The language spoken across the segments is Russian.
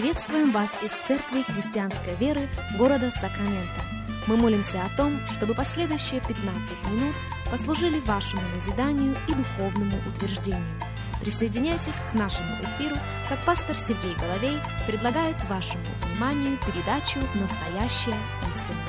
Приветствуем вас из Церкви Христианской Веры города Сакраменто. Мы молимся о том, чтобы последующие 15 минут послужили вашему назиданию и духовному утверждению. Присоединяйтесь к нашему эфиру, как пастор Сергей Головей предлагает вашему вниманию передачу «Настоящая истина».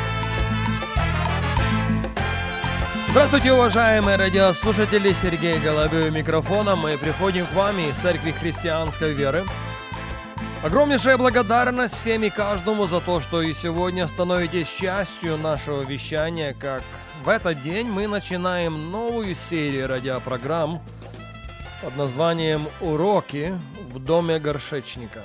Здравствуйте, уважаемые радиослушатели! Сергей Головей у микрофона. Мы приходим к вам из Церкви Христианской Веры. Огромнейшая благодарность всем и каждому за то, что и сегодня становитесь частью нашего вещания, как в этот день мы начинаем новую серию радиопрограмм под названием «Уроки в доме горшечника».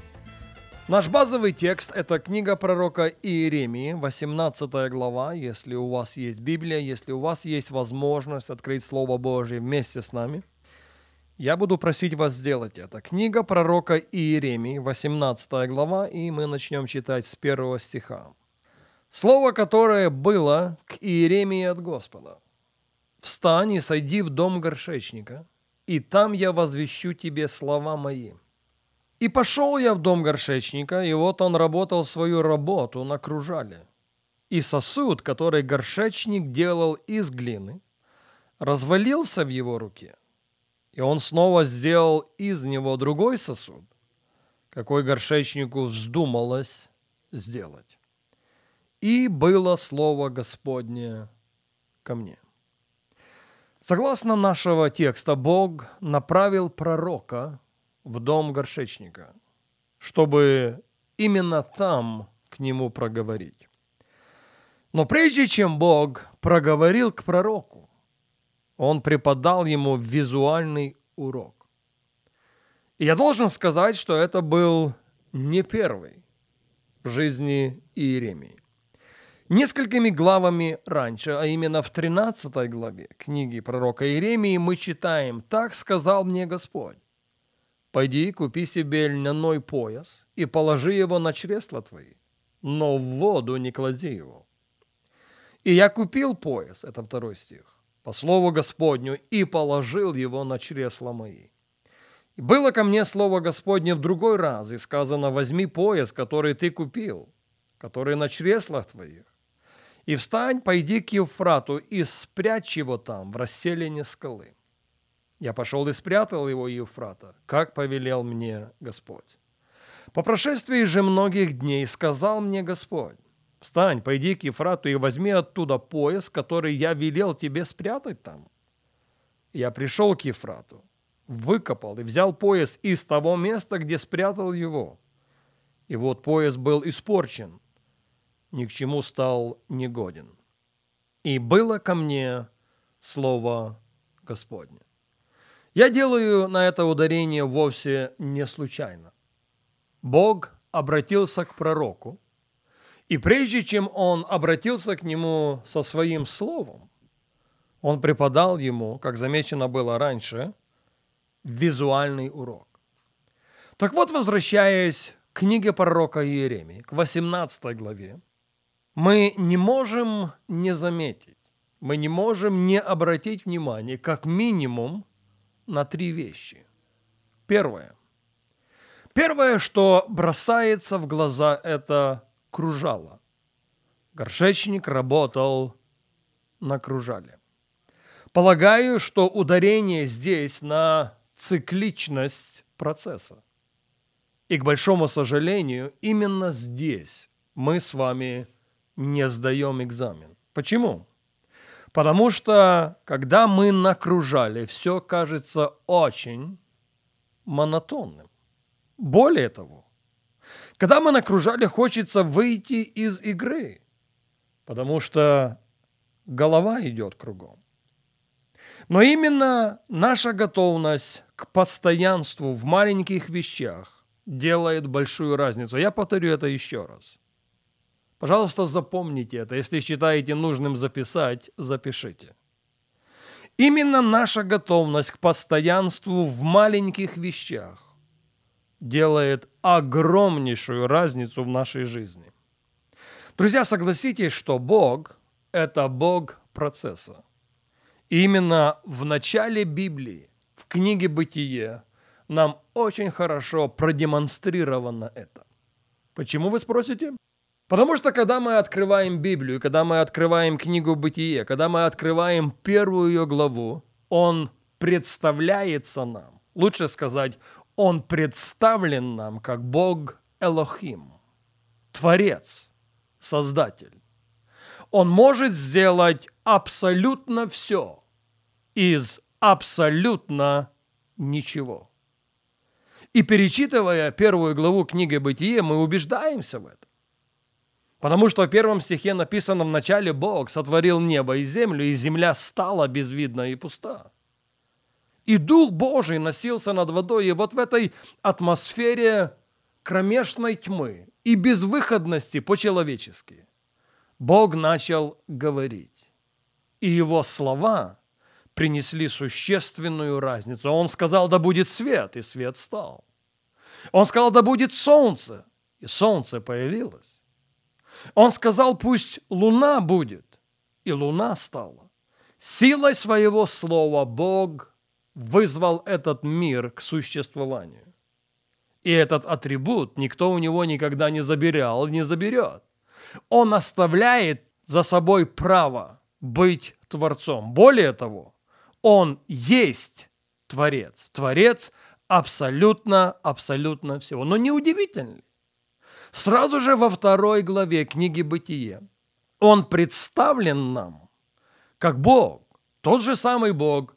Наш базовый текст – это книга пророка Иеремии, 18 глава. Если у вас есть Библия, если у вас есть возможность открыть Слово Божие вместе с нами, я буду просить вас сделать это. Книга пророка Иеремии, 18 глава, и мы начнем читать с 1 стиха. Слово, которое было к Иеремии от Господа. «Встань и сойди в дом горшечника, и там я возвещу тебе слова мои». И пошел я в дом горшечника, и вот он работал свою работу на кружале. И сосуд, который горшечник делал из глины, развалился в его руке. И он снова сделал из него другой сосуд, какой горшечнику вздумалось сделать. И было слово Господне ко мне. Согласно нашего текста, Бог направил пророка в дом горшечника, чтобы именно там к нему проговорить. Но прежде чем Бог проговорил к пророку, Он преподал ему визуальный урок. И я должен сказать, что это был не первый в жизни Иеремии. Несколькими главами раньше, а именно в 13 главе книги пророка Иеремии, мы читаем: «Так сказал мне Господь, пойди, купи себе льняной пояс и положи его на чресла твои, но в воду не клади его. И я купил пояс», это 2 стих, «по слову Господню, и положил его на чресла мои. И было ко мне слово Господне в другой раз, и сказано: возьми пояс, который ты купил, который на чреслах твоих, и встань, пойди к Евфрату, и спрячь его там, в расселине скалы. Я пошел и спрятал его у Евфрата, как повелел мне Господь. По прошествии же многих дней сказал мне Господь: встань, пойди к Евфрату и возьми оттуда пояс, который я велел тебе спрятать там. Я пришел к Евфрату, выкопал и взял пояс из того места, где спрятал его. И вот пояс был испорчен, ни к чему стал негоден. И было ко мне слово Господне». Я делаю на это ударение вовсе не случайно. Бог обратился к пророку, и прежде чем он обратился к нему со своим словом, он преподал ему, как замечено было раньше, визуальный урок. Так вот, возвращаясь к книге пророка Иеремии, к 18 главе, мы не можем не заметить, мы не можем не обратить внимание, как минимум, на 3 вещи. Первое, что бросается в глаза, это кружало. Горшечник работал на кружале. Полагаю, что ударение здесь на цикличность процесса. И, к большому сожалению, именно здесь мы с вами не сдаем экзамен. Почему? Потому что, когда мы на кружале, все кажется очень монотонным. Более того, когда мы на кружале, хочется выйти из игры, потому что голова идет кругом. Но именно наша готовность к постоянству в маленьких вещах делает большую разницу. Я повторю это еще раз. Пожалуйста, запомните это. Если считаете нужным записать, запишите. Именно наша готовность к постоянству в маленьких вещах делает огромнейшую разницу в нашей жизни. Друзья, согласитесь, что Бог – это Бог процесса. И именно в начале Библии, в книге «Бытие», нам очень хорошо продемонстрировано это. Почему, вы спросите? Потому что, когда мы открываем Библию, когда мы открываем книгу «Бытие», когда мы открываем первую ее главу, он представляется нам, лучше сказать, он представлен нам как Бог Элохим, Творец, Создатель. Он может сделать абсолютно все из абсолютно ничего. И перечитывая первую главу книги «Бытие», мы убеждаемся в этом. Потому что в первом стихе написано: «Вначале Бог сотворил небо и землю, и земля стала безвидна и пуста». И Дух Божий носился над водой, и вот в этой атмосфере кромешной тьмы и безвыходности по-человечески Бог начал говорить. И Его слова принесли существенную разницу. Он сказал: «Да будет свет», и свет стал. Он сказал: «Да будет солнце», и солнце появилось. Он сказал: «Пусть луна будет», и луна стала. Силой своего слова Бог вызвал этот мир к существованию. И этот атрибут никто у него никогда не забирал, не заберет. Он оставляет за собой право быть Творцом. Более того, он есть Творец. Творец абсолютно, абсолютно всего. Но неудивительно ли? Сразу же во 2 главе книги «Бытие» он представлен нам как Бог, тот же самый Бог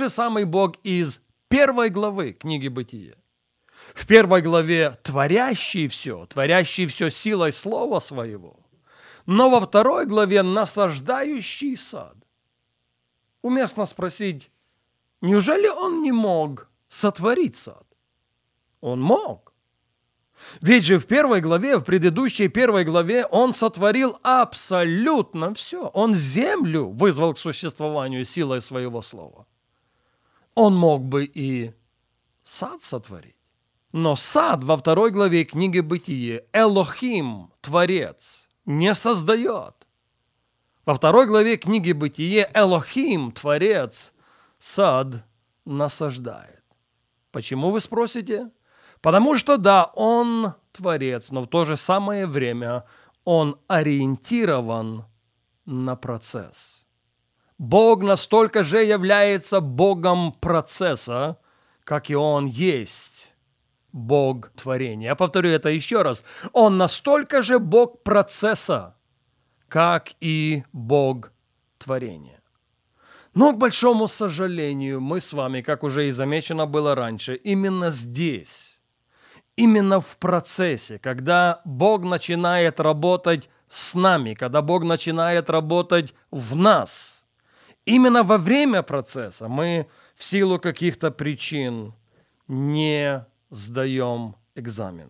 из 1 главы книги «Бытие». В 1 главе творящий все силой слова своего, но во 2 главе насаждающий сад. Уместно спросить, неужели он не мог сотворить сад? Он мог. Ведь же в 1 главе, в предыдущей 1 главе он сотворил абсолютно все. Он землю вызвал к существованию силой своего слова. Он мог бы и сад сотворить. Но сад во 2 главе книги «Бытие» Элохим, Творец, не создает. Во 2 главе книги «Бытие» Элохим, Творец, сад насаждает. Почему, вы спросите? Потому что, да, он Творец, но в то же самое время он ориентирован на процесс. Бог настолько же является Богом процесса, как и он есть Бог творения. Я повторю это еще раз. Он настолько же Бог процесса, как и Бог творения. Но, к большому сожалению, мы с вами, как уже и замечено было раньше, именно здесь, именно в процессе, когда Бог начинает работать с нами, когда Бог начинает работать в нас, именно во время процесса мы в силу каких-то причин не сдаем экзамен.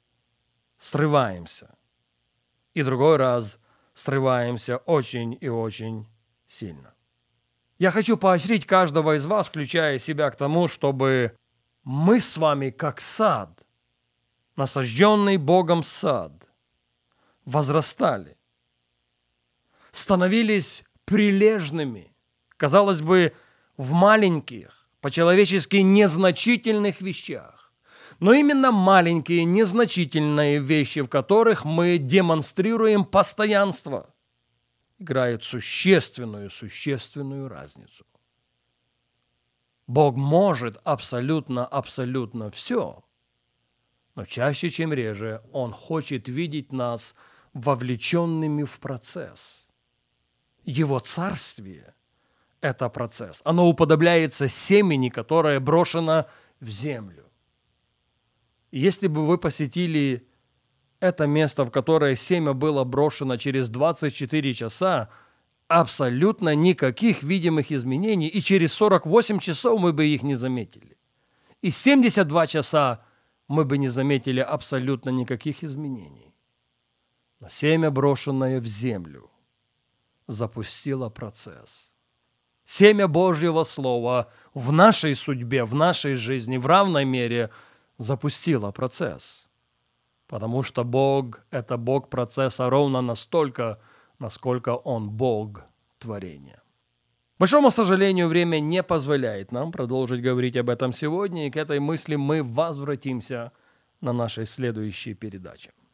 Срываемся. И другой раз срываемся очень и очень сильно. Я хочу поощрить каждого из вас, включая себя, к тому, чтобы мы с вами, как сад, насажденный Богом сад, возрастали, становились прилежными, казалось бы, в маленьких, по-человечески незначительных вещах, но именно маленькие, незначительные вещи, в которых мы демонстрируем постоянство, играют существенную разницу. Бог может абсолютно все, но чаще, чем реже, Он хочет видеть нас вовлеченными в процесс. Его царствие – это процесс. Оно уподобляется семени, которое брошено в землю. И если бы вы посетили это место, в которое семя было брошено через 24 часа, абсолютно никаких видимых изменений, и через 48 часов мы бы их не заметили. И 72 часа мы бы не заметили абсолютно никаких изменений. Но семя, брошенное в землю, запустило процесс. Семя Божьего Слова в нашей судьбе, в нашей жизни в равной мере запустило процесс. Потому что Бог – это Бог процесса ровно настолько, насколько Он Бог творения. большому сожалению, время не позволяет нам продолжить говорить об этом сегодня, и к этой мысли мы возвратимся на нашей следующей передаче.